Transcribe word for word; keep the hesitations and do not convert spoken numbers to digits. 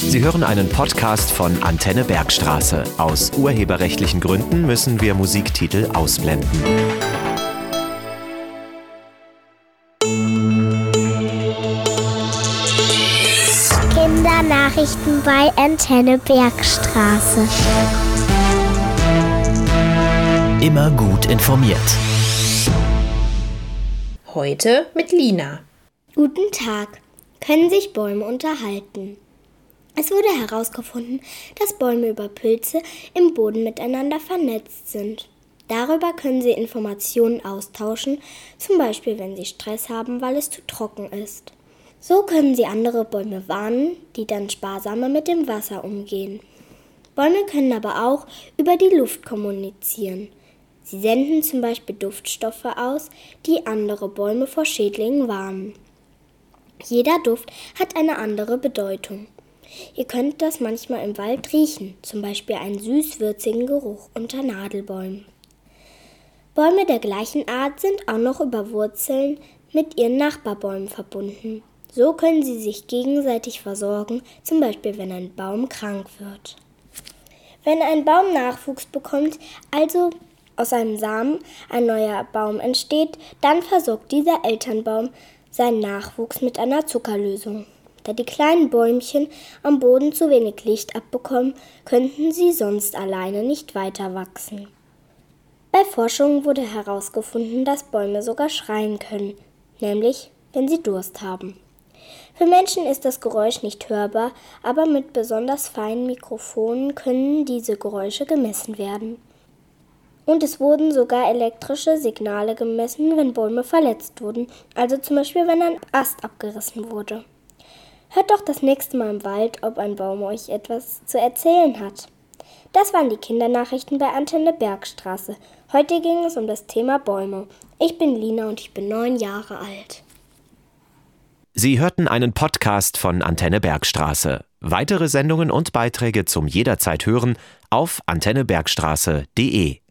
Sie hören einen Podcast von Antenne Bergstraße. Aus urheberrechtlichen Gründen müssen wir Musiktitel ausblenden. Kindernachrichten bei Antenne Bergstraße. Immer gut informiert. Heute mit Lina. Guten Tag. Können sich Bäume unterhalten? Es wurde herausgefunden, dass Bäume über Pilze im Boden miteinander vernetzt sind. Darüber können sie Informationen austauschen, zum Beispiel wenn sie Stress haben, weil es zu trocken ist. So können sie andere Bäume warnen, die dann sparsamer mit dem Wasser umgehen. Bäume können aber auch über die Luft kommunizieren. Sie senden zum Beispiel Duftstoffe aus, die andere Bäume vor Schädlingen warnen. Jeder Duft hat eine andere Bedeutung. Ihr könnt das manchmal im Wald riechen, zum Beispiel einen süß-würzigen Geruch unter Nadelbäumen. Bäume der gleichen Art sind auch noch über Wurzeln mit ihren Nachbarbäumen verbunden. So können sie sich gegenseitig versorgen, zum Beispiel wenn ein Baum krank wird. Wenn ein Baum Nachwuchs bekommt, also aus einem Samen ein neuer Baum entsteht, dann versorgt dieser Elternbaum seinen Nachwuchs mit einer Zuckerlösung. Da die kleinen Bäumchen am Boden zu wenig Licht abbekommen, könnten sie sonst alleine nicht weiter wachsen. Bei Forschungen wurde herausgefunden, dass Bäume sogar schreien können, nämlich wenn sie Durst haben. Für Menschen ist das Geräusch nicht hörbar, aber mit besonders feinen Mikrofonen können diese Geräusche gemessen werden. Und es wurden sogar elektrische Signale gemessen, wenn Bäume verletzt wurden, also zum Beispiel, wenn ein Ast abgerissen wurde. Hört doch das nächste Mal im Wald, ob ein Baum euch etwas zu erzählen hat. Das waren die Kindernachrichten bei Antenne Bergstraße. Heute ging es um das Thema Bäume. Ich bin Lina und ich bin neun Jahre alt. Sie hörten einen Podcast von Antenne Bergstraße. Weitere Sendungen und Beiträge zum jederzeit hören auf antenne bergstraße punkt de.